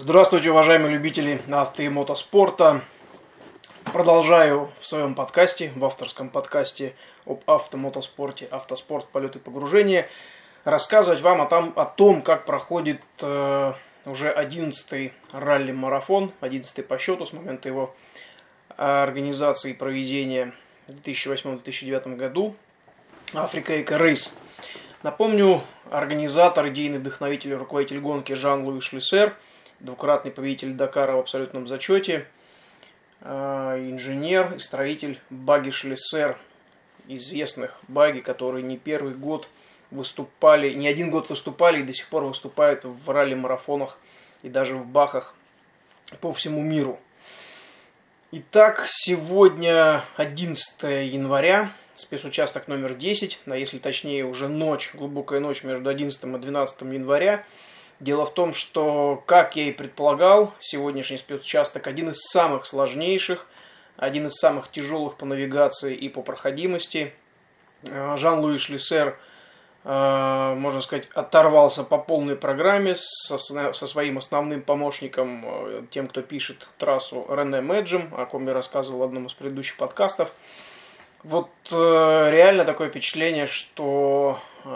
Здравствуйте, уважаемые любители авто и мотоспорта. Продолжаю в своем подкасте, в авторском подкасте об автомотоспорте, автоспорт, полет и погружение, рассказывать вам о том, как проходит уже 11-й ралли-марафон, 11-й по счету с момента его организации и проведения в 2008-2009 году, Africa Eco Race. Напомню, организатор, идейный вдохновитель и руководитель гонки Жан-Луи Шлиссер, двукратный победитель Дакара в абсолютном зачете, инженер и строитель Багги Шлиссер, известных Багги, которые не первый год выступали, не один год выступали и до сих пор выступают в ралли-марафонах и даже в бахах по всему миру. Итак, сегодня 11 января, спецучасток номер 10, а если точнее уже ночь, глубокая ночь между 11 и 12 января. Дело в том, что, как я и предполагал, сегодняшний спецучасток один из самых сложнейших, один из самых тяжелых по навигации и по проходимости. Жан-Луи Шлиссер, можно сказать, оторвался по полной программе со своим основным помощником, тем, кто пишет трассу, Рене Меджем, о ком я рассказывал в одном из предыдущих подкастов. Вот реально такое впечатление, что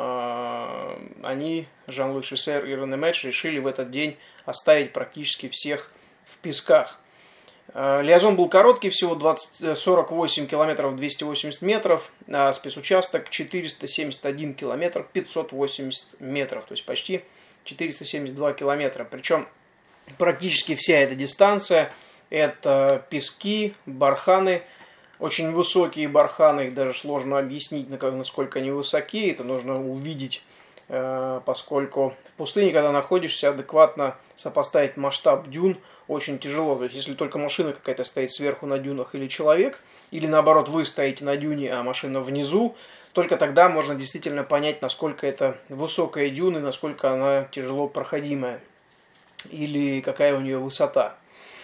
они, Жан-Луи Шлиссер и Рене Медж, решили в этот день оставить практически всех в песках. Лиазон был короткий, всего 48 километров 280 метров, а спецучасток 471 километр 580 метров, то есть почти 472 километра. Причем практически вся эта дистанция – это пески, барханы, очень высокие барханы, их даже сложно объяснить, насколько они высоки, это нужно увидеть, поскольку в пустыне, когда находишься, адекватно сопоставить масштаб дюн очень тяжело. То есть, если только машина какая-то стоит сверху на дюнах или человек, или наоборот вы стоите на дюне, а машина внизу, только тогда можно действительно понять, насколько это высокая дюна и насколько она тяжело проходимая, или какая у нее высота.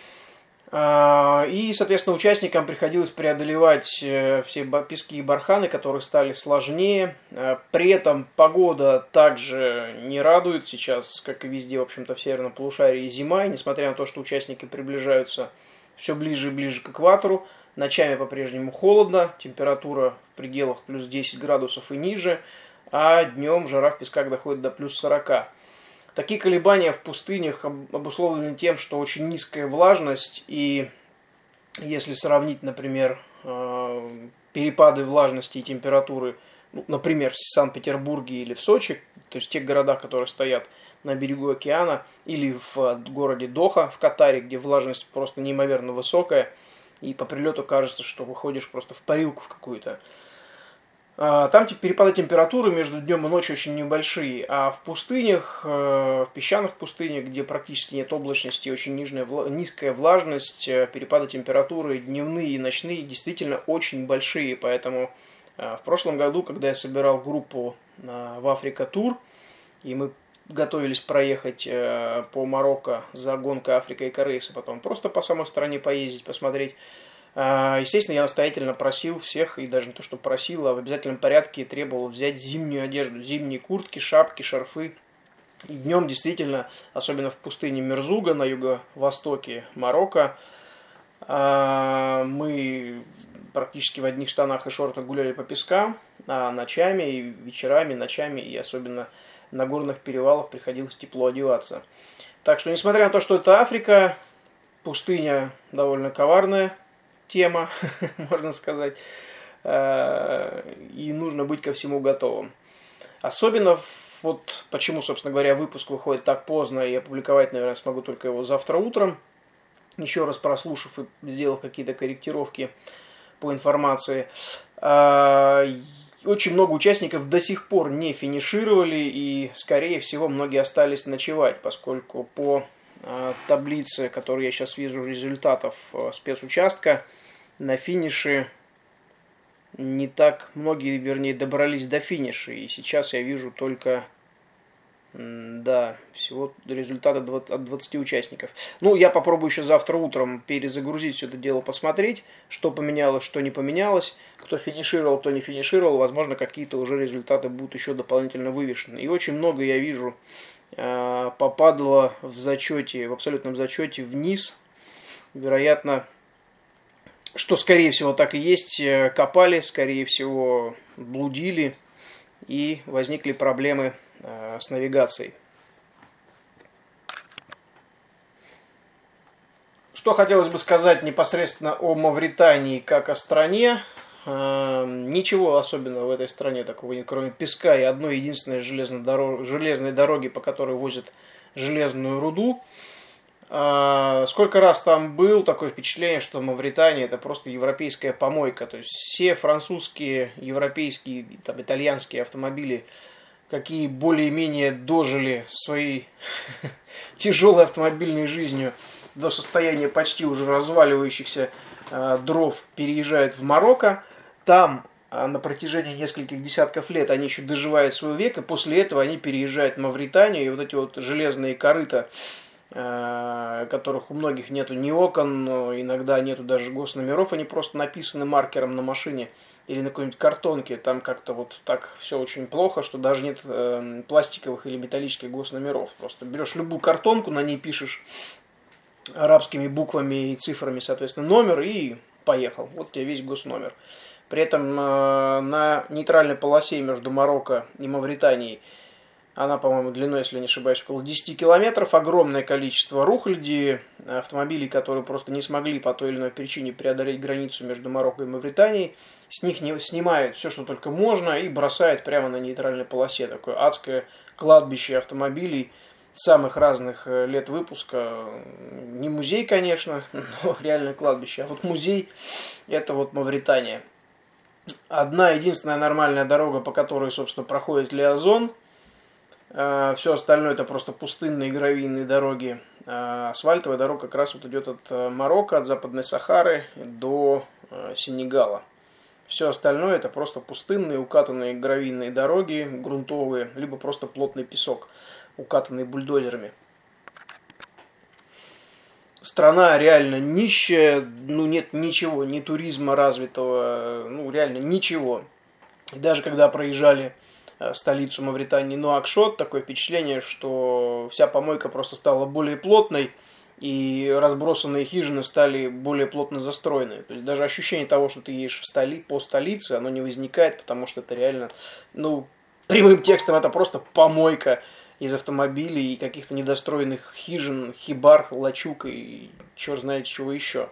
И, соответственно, участникам приходилось преодолевать все пески и барханы, которые стали сложнее. При этом погода также не радует. Сейчас, как и везде, в общем-то, в северном полушарии зима. И несмотря на то, что участники приближаются все ближе и ближе к экватору, ночами по-прежнему холодно, температура в пределах плюс 10 градусов и ниже, а днем жара в песках доходит до плюс 40. Такие колебания в пустынях обусловлены тем, что очень низкая влажность, и если сравнить, например, перепады влажности и температуры, например, в Санкт-Петербурге или в Сочи, то есть в тех городах, которые стоят на берегу океана, или в городе Доха в Катаре, где влажность просто неимоверно высокая, и по прилету кажется, что выходишь просто в парилку в какую-то. Там перепады температуры между днем и ночью очень небольшие, а в пустынях, в песчаных пустынях, где практически нет облачности, очень низкая влажность, перепады температуры дневные и ночные действительно очень большие. Поэтому в прошлом году, когда я собирал группу в Africa Tour, и мы готовились проехать по Марокко за гонкой Africa Eco Race, а потом просто по самой стране поездить, посмотреть. Естественно, я настоятельно просил всех, и даже не то, что просил, а в обязательном порядке требовал взять зимнюю одежду, зимние куртки, шапки, шарфы. И днем действительно, особенно в пустыне Мерзуга на юго-востоке Марокко, мы практически в одних штанах и шортах гуляли по пескам, а ночами, и вечерами, ночами, и особенно на горных перевалах приходилось тепло одеваться. Так что, несмотря на то, что это Африка, пустыня довольно коварная тема, можно сказать, и нужно быть ко всему готовым. Особенно, вот почему, собственно говоря, выпуск выходит так поздно, и опубликовать, наверное, смогу только его завтра утром, еще раз прослушав и сделав какие-то корректировки по информации. Очень много участников до сих пор не финишировали, и, скорее всего, многие остались ночевать, поскольку по таблице, которую я сейчас вижу результатов спецучастка, на финише не так многие, вернее, добрались до финиша. И сейчас я вижу только, всего результаты от 20 участников. Я попробую еще завтра утром перезагрузить все это дело, посмотреть, что поменялось, что не поменялось, кто финишировал, кто не финишировал. Возможно, какие-то уже результаты будут еще дополнительно вывешены. И очень много я вижу попадала в зачете, в абсолютном зачете вниз. Вероятно, что, скорее всего, так и есть, копали, скорее всего, блудили, и возникли проблемы с навигацией. Что хотелось бы сказать непосредственно о Мавритании как о стране. Ничего особенного в этой стране такого нет, кроме песка и одной единственной железной дороги, по которой возят железную руду. Сколько раз там был, такое впечатление, что Мавритания это просто европейская помойка. То есть все французские, европейские, там, итальянские автомобили, какие более-менее дожили своей тяжелой автомобильной жизнью до состояния почти уже разваливающихся дров, переезжают в Марокко. Там на протяжении нескольких десятков лет они еще доживают свой век, и после этого они переезжают в Мавританию, и вот эти вот железные корыта, которых у многих нету ни окон, иногда нету даже госномеров, они просто написаны маркером на машине или на какой-нибудь картонке, там как-то вот так все очень плохо, что даже нет пластиковых или металлических госномеров. Просто берешь любую картонку, на ней пишешь арабскими буквами и цифрами, соответственно, номер, и поехал. Вот тебе весь госномер. При этом на нейтральной полосе между Марокко и Мавританией, она, по-моему, длиной, если не ошибаюсь, около 10 километров, огромное количество рухляди, автомобилей, которые просто не смогли по той или иной причине преодолеть границу между Марокко и Мавританией, с них снимают все, что только можно, и бросают прямо на нейтральной полосе. Такое адское кладбище автомобилей самых разных лет выпуска. Не музей, конечно, но реальное кладбище. А вот музей – это вот Мавритания. Одна единственная нормальная дорога, по которой, собственно, проходит Лиазон. Все остальное это просто пустынные гравийные дороги. Асфальтовая дорога как раз вот идет от Марокко, от Западной Сахары до Сенегала. Все остальное это просто пустынные, укатанные гравийные дороги, грунтовые, либо просто плотный песок, укатанный бульдозерами. Страна реально нищая, ну нет ничего, ни туризма развитого, ну реально ничего. И даже когда проезжали столицу Мавритании Нуакшот, такое впечатление, что вся помойка просто стала более плотной, и разбросанные хижины стали более плотно застроены. То есть даже ощущение того, что ты едешь по столице, оно не возникает, потому что это реально, ну, прямым текстом это просто помойка из автомобилей и каких-то недостроенных хижин, хибар, лачуг и черт знает чего еще.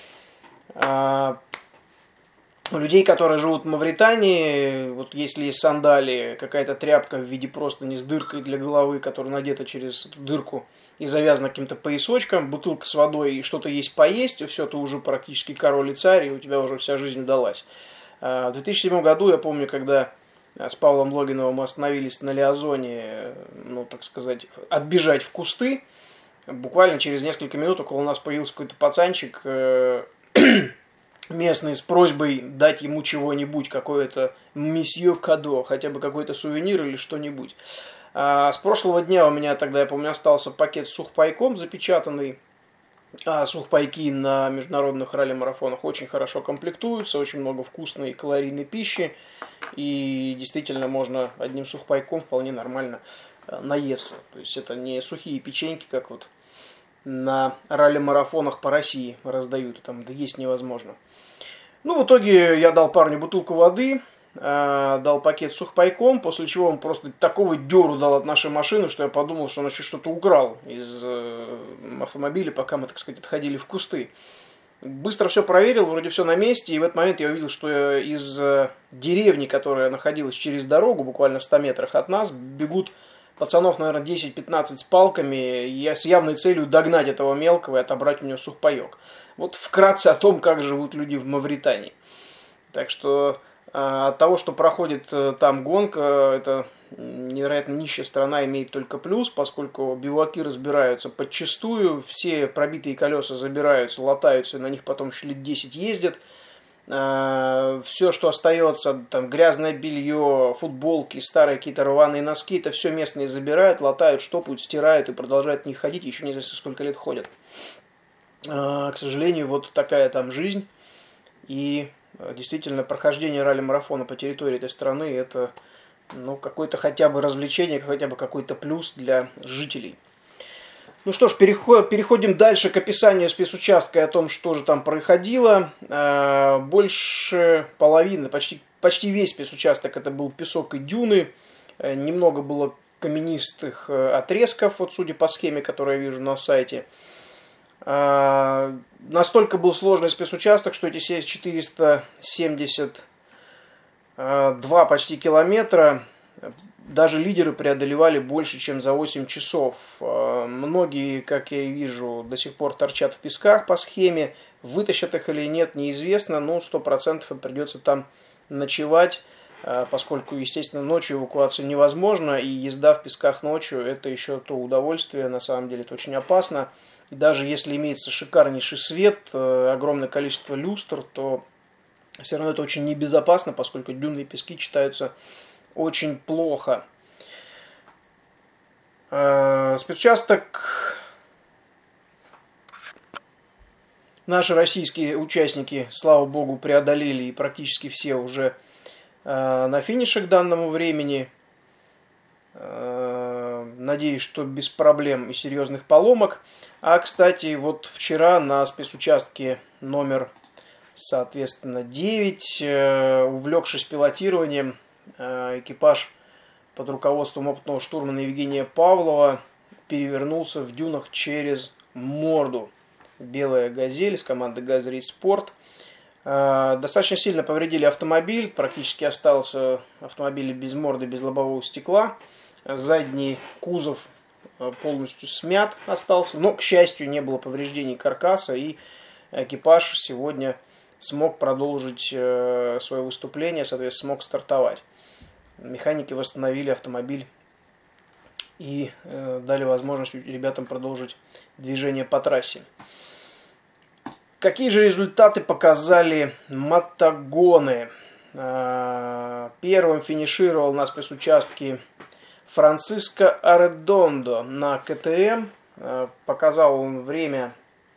У людей, которые живут в Мавритании, вот если есть сандалии, какая-то тряпка в виде простыни с дыркой для головы, которая надета через эту дырку и завязана каким-то поясочком, бутылка с водой и что-то есть поесть, и все, ты уже практически король и царь, и у тебя уже вся жизнь удалась. В 2007 году, я помню, когда с Павлом Логиновым мы остановились на Лиазоне, ну, так сказать, отбежать в кусты, буквально через несколько минут около нас появился какой-то пацанчик, местный, с просьбой дать ему чего-нибудь, какое-то месье кадо, хотя бы какой-то сувенир или что-нибудь. С прошлого дня у меня тогда, я помню, остался пакет с сухпайком запечатанный. Сухпайки на международных ралли-марафонах очень хорошо комплектуются, очень много вкусной и калорийной пищи, и действительно можно одним сухпайком вполне нормально наесться. То есть это не сухие печеньки, как вот на ралли-марафонах по России раздают, там да есть невозможно. Ну, в итоге я дал парню бутылку воды, дал пакет с сухпайком, после чего он просто такого дёру дал от нашей машины, что я подумал, что он еще что-то украл из автомобиля, пока мы, так сказать, отходили в кусты. Быстро все проверил, вроде все на месте, и в этот момент я увидел, что из деревни, которая находилась через дорогу, буквально в 100 метрах от нас, бегут пацанов, наверное, 10-15 с палками, с явной целью догнать этого мелкого и отобрать у него сухпайок. Вот вкратце о том, как живут люди в Мавритании. Так что от того, что проходит там гонка, это невероятно нищая страна имеет только плюс, поскольку биваки разбираются подчистую, все пробитые колеса забираются, латаются, и на них потом еще лет 10 ездят. Все, что остается, там грязное белье, футболки, старые какие-то рваные носки, это все местные забирают, латают, штопают, стирают и продолжают в них ходить, еще неизвестно сколько лет ходят. К сожалению, вот такая там жизнь. И действительно, прохождение ралли-марафона по территории этой страны, это ну, какое-то хотя бы развлечение, хотя бы какой-то плюс для жителей. Ну что ж, переходим дальше к описанию спецучастка и о том, что же там происходило. Больше половины, почти весь спецучасток это был песок и дюны. Немного было каменистых отрезков, вот судя по схеме, которую я вижу на сайте. Настолько был сложный спецучасток, что эти 472 почти километра даже лидеры преодолевали больше, чем за 8 часов. Многие, как я вижу, до сих пор торчат в песках по схеме. Вытащат их или нет, неизвестно, но 100% им придется там ночевать, поскольку, естественно, ночью эвакуация невозможна, и езда в песках ночью – это еще то удовольствие, на самом деле это очень опасно. И даже если имеется шикарнейший свет, огромное количество люстр, то все равно это очень небезопасно, поскольку дюны и пески читаются очень плохо. Спецучасток наши российские участники, слава богу, преодолели, и практически все уже на финише к данному времени. Надеюсь, что без проблем и серьезных поломок. А, кстати, вот вчера на спецучастке номер, соответственно, 9, увлекшись пилотированием, экипаж под руководством опытного штурмана Евгения Павлова перевернулся в дюнах через морду. Белая «Газель» из команды «Газрейс Спорт». Достаточно сильно повредили автомобиль, практически остался автомобиль без морды, без лобового стекла. Задний кузов полностью смят остался, но, к счастью, не было повреждений каркаса, и экипаж сегодня смог продолжить свое выступление, соответственно, смог стартовать. Механики восстановили автомобиль и дали возможность ребятам продолжить движение по трассе. Какие же результаты показали мотогоны? Первым финишировал на спецучастке Франциско Арредондо на КТМ. Показал он время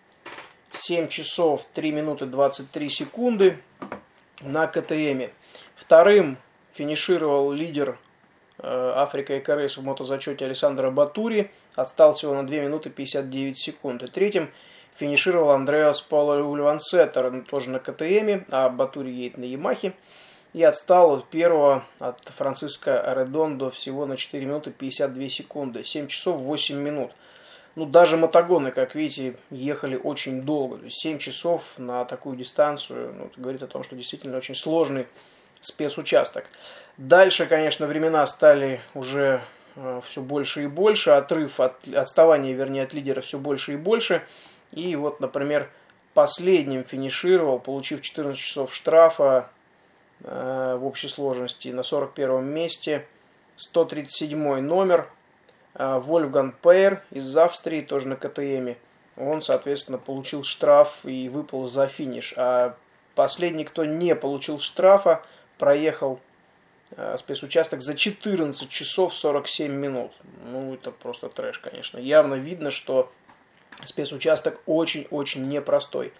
7 часов 3 минуты 23 секунды на КТМе. Вторым финишировал лидер Африка и КРС в мотозачете Алессандро Батури. Отстал всего на 2 минуты 59 секунд. И третьим финишировал Андреас Пауло Ульвансеттер, тоже на КТМе, а Батури едет на Ямахе. И отстал от первого, от Франциско Арредондо, всего на 4 минуты 52 секунды. 7 часов 8 минут. Ну, даже мотогоны, как видите, ехали очень долго. То есть 7 часов на такую дистанцию, ну, это говорит о том, что действительно очень сложный спецучасток. Дальше, конечно, времена стали уже все больше и больше. Отставание, вернее, от лидера все больше и больше. И вот, например, последним финишировал, получив 14 часов штрафа в общей сложности на 41-м месте, 137-й номер, Вольфганг Пейер из Австрии, тоже на КТМе. Он, соответственно, получил штраф и выпал за финиш. А последний, кто не получил штрафа, проехал спецучасток за 14 часов 47 минут. Ну, это просто трэш, конечно. Явно видно, что спецучасток очень-очень непростой.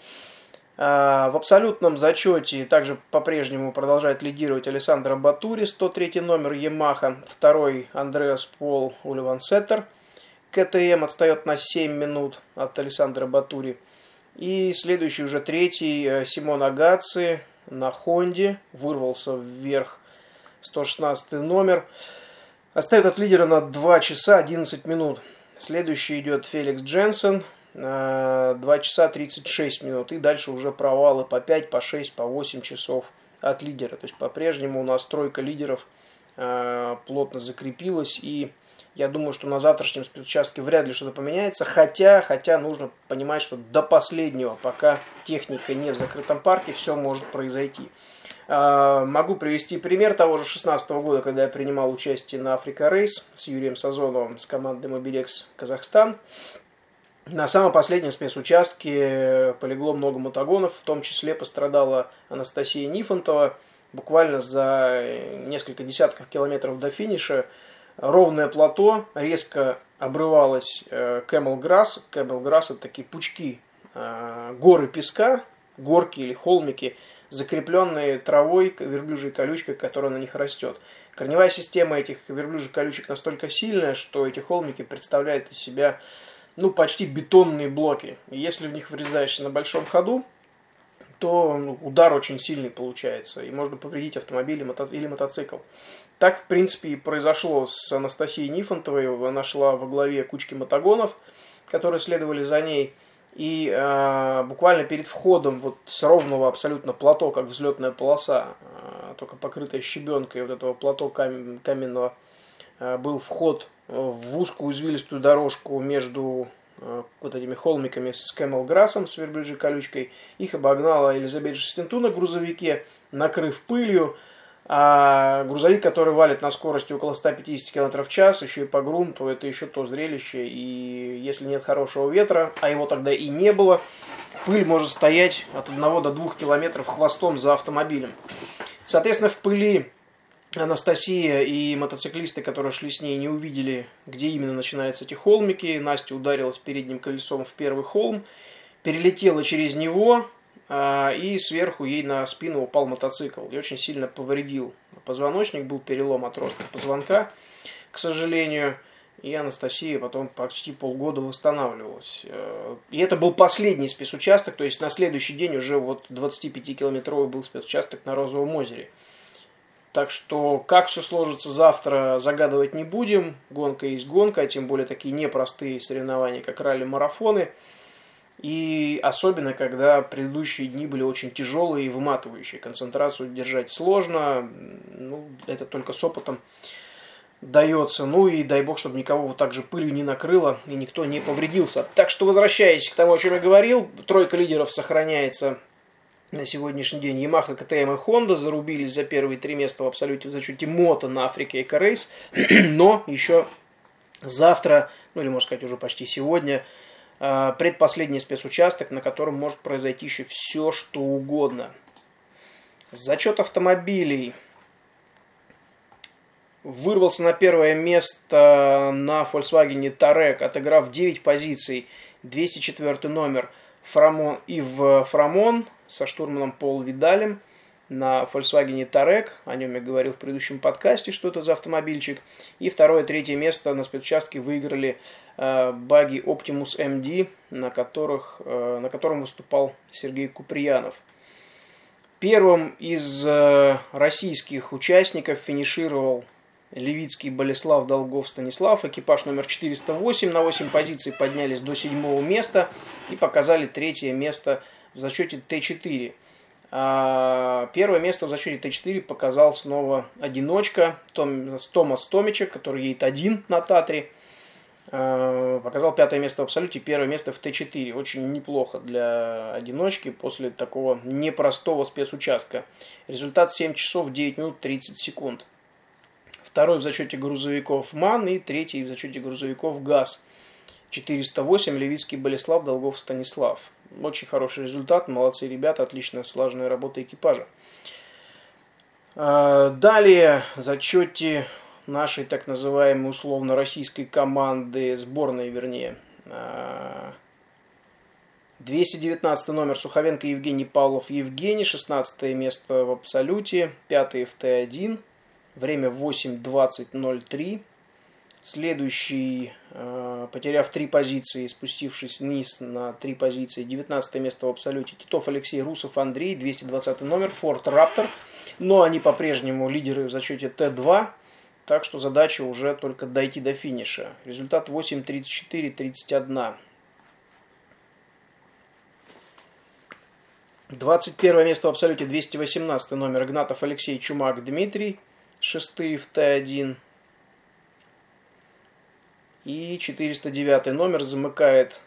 В абсолютном зачете также по-прежнему продолжает лидировать Алессандро Батури, 103 номер Ямаха, второй Андреас Пол Ульвансеттер. КТМ отстает на 7 минут от Алессандро Батури. И следующий уже третий Симон Агаци на Хонде, вырвался вверх, 116 номер. Отстает от лидера на 2 часа 11 минут. Следующий идет Феликс Дженсен, 2 часа 36 минут. И дальше уже провалы по 5, по 6, по 8 часов от лидера. То есть по-прежнему у нас тройка лидеров плотно закрепилась. И я думаю, что на завтрашнем спецучастке вряд ли что-то поменяется. Хотя нужно понимать, что до последнего, пока техника не в закрытом парке, все может произойти. Могу привести пример того же 2016 года, когда я принимал участие на Africa Race с Юрием Сазоновым, с командой Mobilex Казахстан. На самом последнем спецучастке полегло много мотогонов, в том числе пострадала Анастасия Нифонтова. Буквально за несколько десятков километров до финиша ровное плато, резко обрывалось Camel Grass. Camel Grass — это такие пучки, горы песка, горки или холмики, закрепленные травой, верблюжьей колючкой, которая на них растет. Корневая система этих верблюжьих колючек настолько сильная, что эти холмики представляют из себя почти бетонные блоки. И если в них врезаешься на большом ходу, то удар очень сильный получается, и можно повредить автомобиль или мотоцикл. Так, в принципе, и произошло с Анастасией Нифонтовой. Она шла во главе кучки мотогонов, которые следовали за ней. И буквально перед входом с ровного абсолютно плато, как взлетная полоса, только покрытая щебенкой этого плато каменного, был вход в узкую извилистую дорожку между этими холмиками с Кэмелграссом, с верблюжьей колючкой. Их обогнала Элизабет Жестинту на грузовике, накрыв пылью. А грузовик, который валит на скорости около 150 км в час, еще и по грунту, это еще то зрелище. И если нет хорошего ветра, а его тогда и не было, пыль может стоять от 1 до 2 км хвостом за автомобилем. Соответственно, в пыли Анастасия и мотоциклисты, которые шли с ней, не увидели, где именно начинаются эти холмики. Настя ударилась передним колесом в первый холм, перелетела через него, и сверху ей на спину упал мотоцикл и очень сильно повредил позвоночник, был перелом отростка позвонка, к сожалению, и Анастасия потом почти полгода восстанавливалась. И это был последний спецучасток, то есть на следующий день уже 25-километровый был спецучасток на Розовом озере. Так что, как все сложится завтра, загадывать не будем. Гонка есть гонка, а тем более такие непростые соревнования, как ралли-марафоны. И особенно, когда предыдущие дни были очень тяжелые и выматывающие. Концентрацию держать сложно, это только с опытом дается. И дай бог, чтобы никого так же пылью не накрыло и никто не повредился. Так что, возвращаясь к тому, о чем я говорил, тройка лидеров сохраняется на сегодняшний день. Yamaha, KTM и Honda зарубились за первые 3 места в абсолюте в зачете мото на Африке Эко Рейс. Но еще завтра, или можно сказать уже почти сегодня, предпоследний спецучасток, на котором может произойти еще все, что угодно. Зачет автомобилей. Вырвался на первое место на Volkswagen Touareg, отыграв 9 позиций, 204 номер Фрамон со штурманом Пол Видалем на Volkswagen Touareg. О нем я говорил в предыдущем подкасте, что это за автомобильчик. И 2-3 место на спецучастке выиграли баги Optimus MD, на котором выступал Сергей Куприянов. Первым из российских участников финишировал Левицкий Болеслав Долгов Станислав. Экипаж номер 408 на 8 позиций поднялись до 7 места и показали 3 место в зачете Т4. Первое место в зачете Т4 показал снова одиночка Томас Томичек, который едет один на Татре. Показал 5 место в абсолюте, 1 место в Т4. Очень неплохо для одиночки после такого непростого спецучастка. Результат 7 часов 9 минут 30 секунд. Второй в зачете грузовиков МАН и 3 в зачете грузовиков ГАЗ. 408 Левицкий Болеслав Долгов Станислав. Очень хороший результат, молодцы ребята, отличная слаженная работа экипажа. Далее в зачете нашей так называемой условно российской команды, сборной вернее. 219 номер Суховенко Евгений, Павлов Евгений, 16 место в абсолюте, 5 в Т1, время 8:20:03. Следующий, потеряв 3 позиции, спустившись вниз на 3 позиции, 19 место в абсолюте, Титов Алексей, Русов Андрей, 220 номер, Форд Раптор. Но они по-прежнему лидеры в зачете Т2, так что задача уже только дойти до финиша. Результат 8:34:31. 21 место в абсолюте, 218 номер, Игнатов Алексей, Чумак Дмитрий, 6 в Т1. И 409 номер замыкает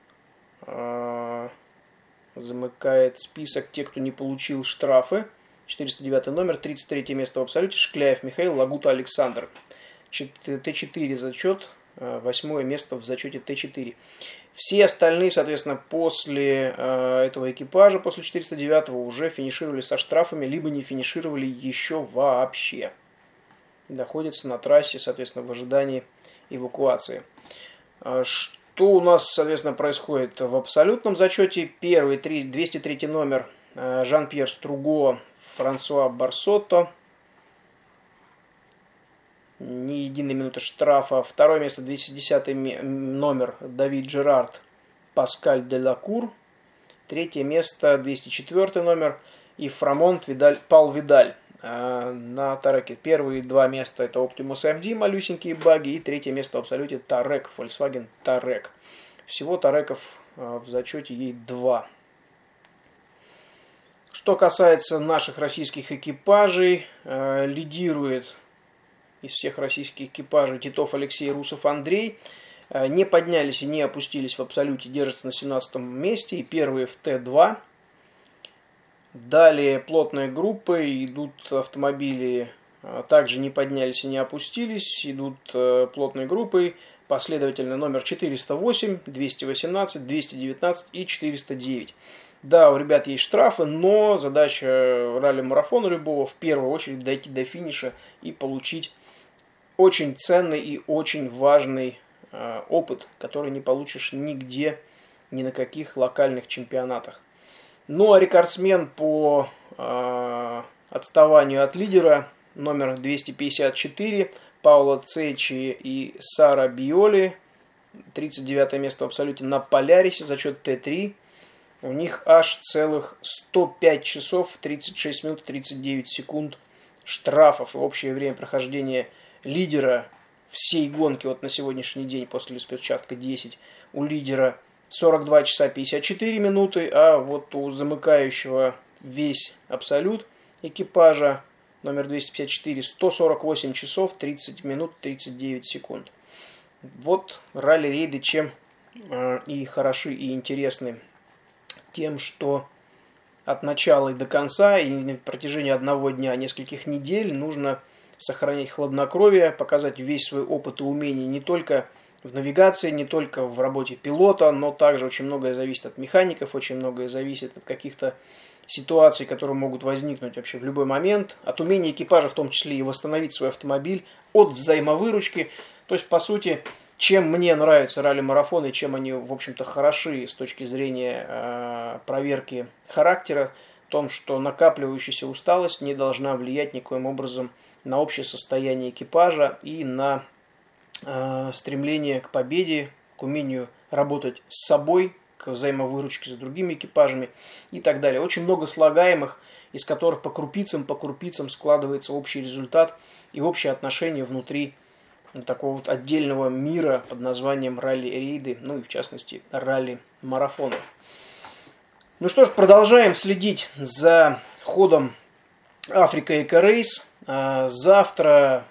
список тех, кто не получил штрафы. 409 номер, 33 место в абсолюте, Шкляев Михаил, Лагута Александр. Т4 зачет, 8 место в зачете Т4. Все остальные, соответственно, после этого экипажа, после 409-го, уже финишировали со штрафами, либо не финишировали еще вообще. Находятся на трассе, соответственно, в ожидании эвакуации. Что у нас, соответственно, происходит в абсолютном зачете? Первый, 203 номер, Жан-Пьер Струго, Франсуа Барсотто. ни единой минуты штрафа. Второе место 210 номер Давид Жерард, Паскаль Делакур. Третье место 204 номер и Фрамонт Пал Видаль на Тареке. Первые два места это Optimus MD, малюсенькие баги, и третье место в абсолюте Тарек, Volkswagen Тарек. Всего Тареков в зачете ей 2. Что касается наших российских экипажей, лидирует из всех российских экипажей Титов Алексей, Русов Андрей. Не поднялись и не опустились в абсолюте, держатся на 17 месте и первые в Т2. Далее плотные группы, идут автомобили, также не поднялись и не опустились, идут плотные группы, последовательно номер 408, 218, 219 и 409. Да, у ребят есть штрафы, но задача ралли-марафона любого в первую очередь дойти до финиша и получить очень ценный и очень важный опыт, который не получишь нигде, ни на каких локальных чемпионатах. Ну а рекордсмен по отставанию от лидера номер 254 Пауло Цечи и Сара Биоли. 39 место в абсолюте на Полярисе, зачет Т3. У них аж целых 105 часов 36 минут 39 секунд штрафов. И общее время прохождения лидера всей гонки вот на сегодняшний день после спецучастка 10 у лидера 42 часа 54 минуты, а вот у замыкающего весь абсолют экипажа номер 254 148 часов 30 минут 39 секунд. Вот ралли-рейды чем и хороши, и интересны. Тем, что от начала и до конца, и на протяжении одного дня, нескольких недель нужно сохранять хладнокровие, показать весь свой опыт и умение не только в навигации, не только в работе пилота, но также очень многое зависит от механиков, очень многое зависит от каких-то ситуаций, которые могут возникнуть вообще в любой момент, от умения экипажа в том числе и восстановить свой автомобиль, от взаимовыручки. То есть, по сути, чем мне нравятся ралли-марафоны, чем они, в общем-то, хороши с точки зрения проверки характера, в том, что накапливающаяся усталость не должна влиять никоим образом на общее состояние экипажа и на стремление к победе, к умению работать с собой, к взаимовыручке с другими экипажами и так далее. Очень много слагаемых, из которых по крупицам складывается общий результат и общее отношение внутри такого вот отдельного мира под названием ралли-рейды, ну и в частности ралли-марафоны. Ну что ж, продолжаем следить за ходом Африка Эко Рейс. Завтра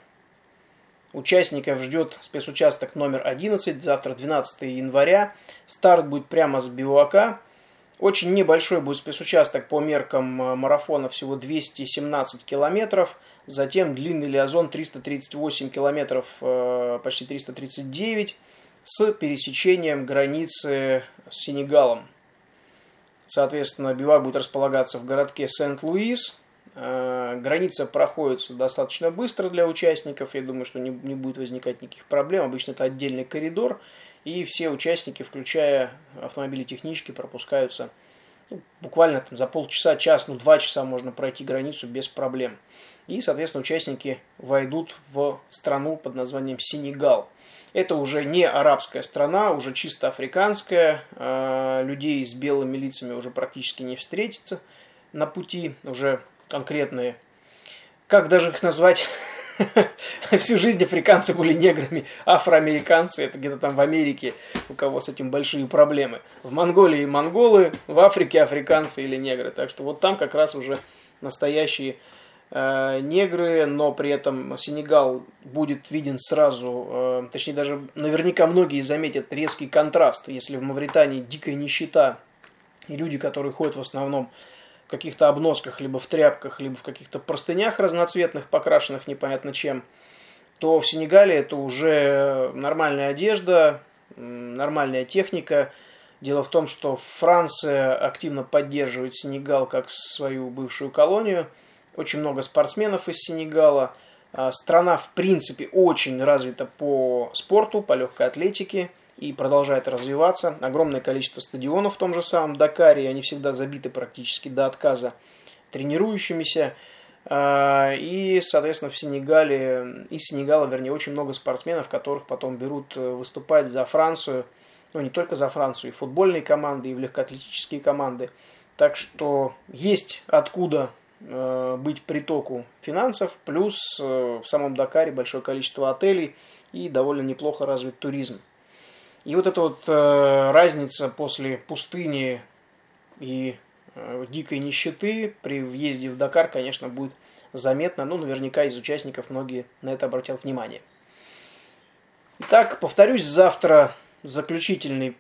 участников ждет спецучасток номер 11, завтра 12 января. Старт будет прямо с бивуака. Очень небольшой будет спецучасток по меркам марафона, всего 217 километров. Затем длинный лиазон 338 километров, почти 339, с пересечением границы с Сенегалом. Соответственно, бивуак будет располагаться в городке Сент-Луис. Граница проходит достаточно быстро для участников. Я думаю, что не будет возникать никаких проблем. Обычно это отдельный коридор. И все участники, включая автомобили технички, пропускаются буквально за полчаса, час, 2 часа можно пройти границу без проблем. И, соответственно, участники войдут в страну под названием Сенегал. Это уже не арабская страна, уже чисто африканская. Людей с белыми лицами уже практически не встретится на пути. Уже конкретные, как даже их назвать, всю жизнь африканцы были неграми, афроамериканцы, это где-то там в Америке, у кого с этим большие проблемы. В Монголии монголы, в Африке африканцы или негры. Так что вот там как раз уже настоящие негры, но при этом Сенегал будет виден сразу, точнее даже наверняка многие заметят резкий контраст. Если в Мавритании дикая нищета и люди, которые ходят в основном в каких-то обносках, либо в тряпках, либо в каких-то простынях разноцветных, покрашенных непонятно чем, то в Сенегале это уже нормальная одежда, нормальная техника. Дело в том, что Франция активно поддерживает Сенегал как свою бывшую колонию. Очень много спортсменов из Сенегала. Страна, в принципе, очень развита по спорту, по легкой атлетике и продолжает развиваться. Огромное количество стадионов в том же самом Дакаре, они всегда забиты практически до отказа тренирующимися. И, соответственно, из Сенегала, вернее, очень много спортсменов, которых потом берут выступать за Францию. Ну, не только за Францию, и футбольные команды, и в легкоатлетические команды. Так что есть откуда быть притоку финансов, плюс в самом Дакаре большое количество отелей и довольно неплохо развит туризм. И вот эта вот разница после пустыни и дикой нищеты при въезде в Дакар, конечно, будет заметна. Ну, наверняка из участников многие на это обратят внимание. Итак, повторюсь, завтра заключительный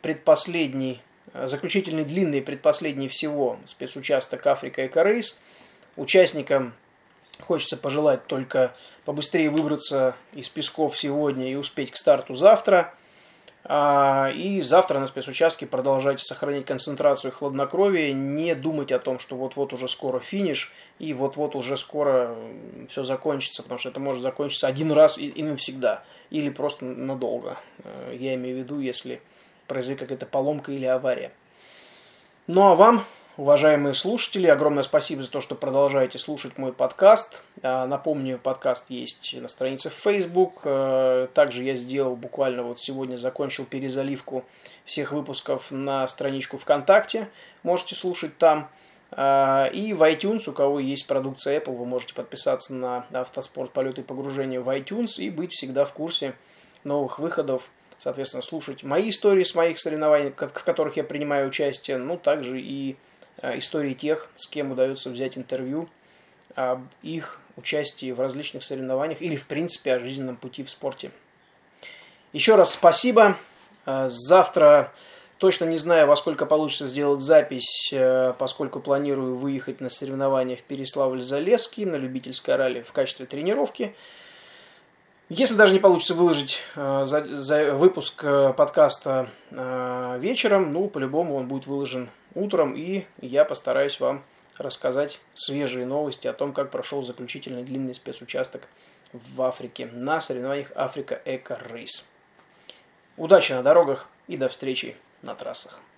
длинный предпоследний всего спецучасток Африка Эко-рейс. Участникам хочется пожелать только побыстрее выбраться из песков сегодня и успеть к старту завтра. И завтра на спецучастке продолжать сохранять концентрацию и хладнокровие, не думать о том, что вот-вот уже скоро финиш и вот-вот уже скоро все закончится, потому что это может закончиться один раз и навсегда, или просто надолго. Я имею в виду, если произойдет какая-то поломка или авария. Ну а вам, уважаемые слушатели, огромное спасибо за то, что продолжаете слушать мой подкаст. Напомню, подкаст есть на странице в Facebook. Также я сделал буквально вот сегодня, закончил перезаливку всех выпусков на страничку ВКонтакте. Можете слушать там. И в iTunes, у кого есть продукция Apple, вы можете подписаться на «Автоспорт. Полеты и погружения» в iTunes и быть всегда в курсе новых выходов. Соответственно, слушать мои истории с моих соревнований, в которых я принимаю участие, ну, также и истории тех, с кем удается взять интервью об их участии в различных соревнованиях или, в принципе, о жизненном пути в спорте. Еще раз спасибо. Завтра точно не знаю, во сколько получится сделать запись, поскольку планирую выехать на соревнования в Переславль-Залесский на любительское ралли в качестве тренировки. Если даже не получится выложить за выпуск подкаста вечером, ну, по-любому он будет выложен утром, и я постараюсь вам рассказать свежие новости о том, как прошел заключительный длинный спецучасток в Африке на соревнованиях Африка Эко-рейс. Удачи на дорогах и до встречи на трассах.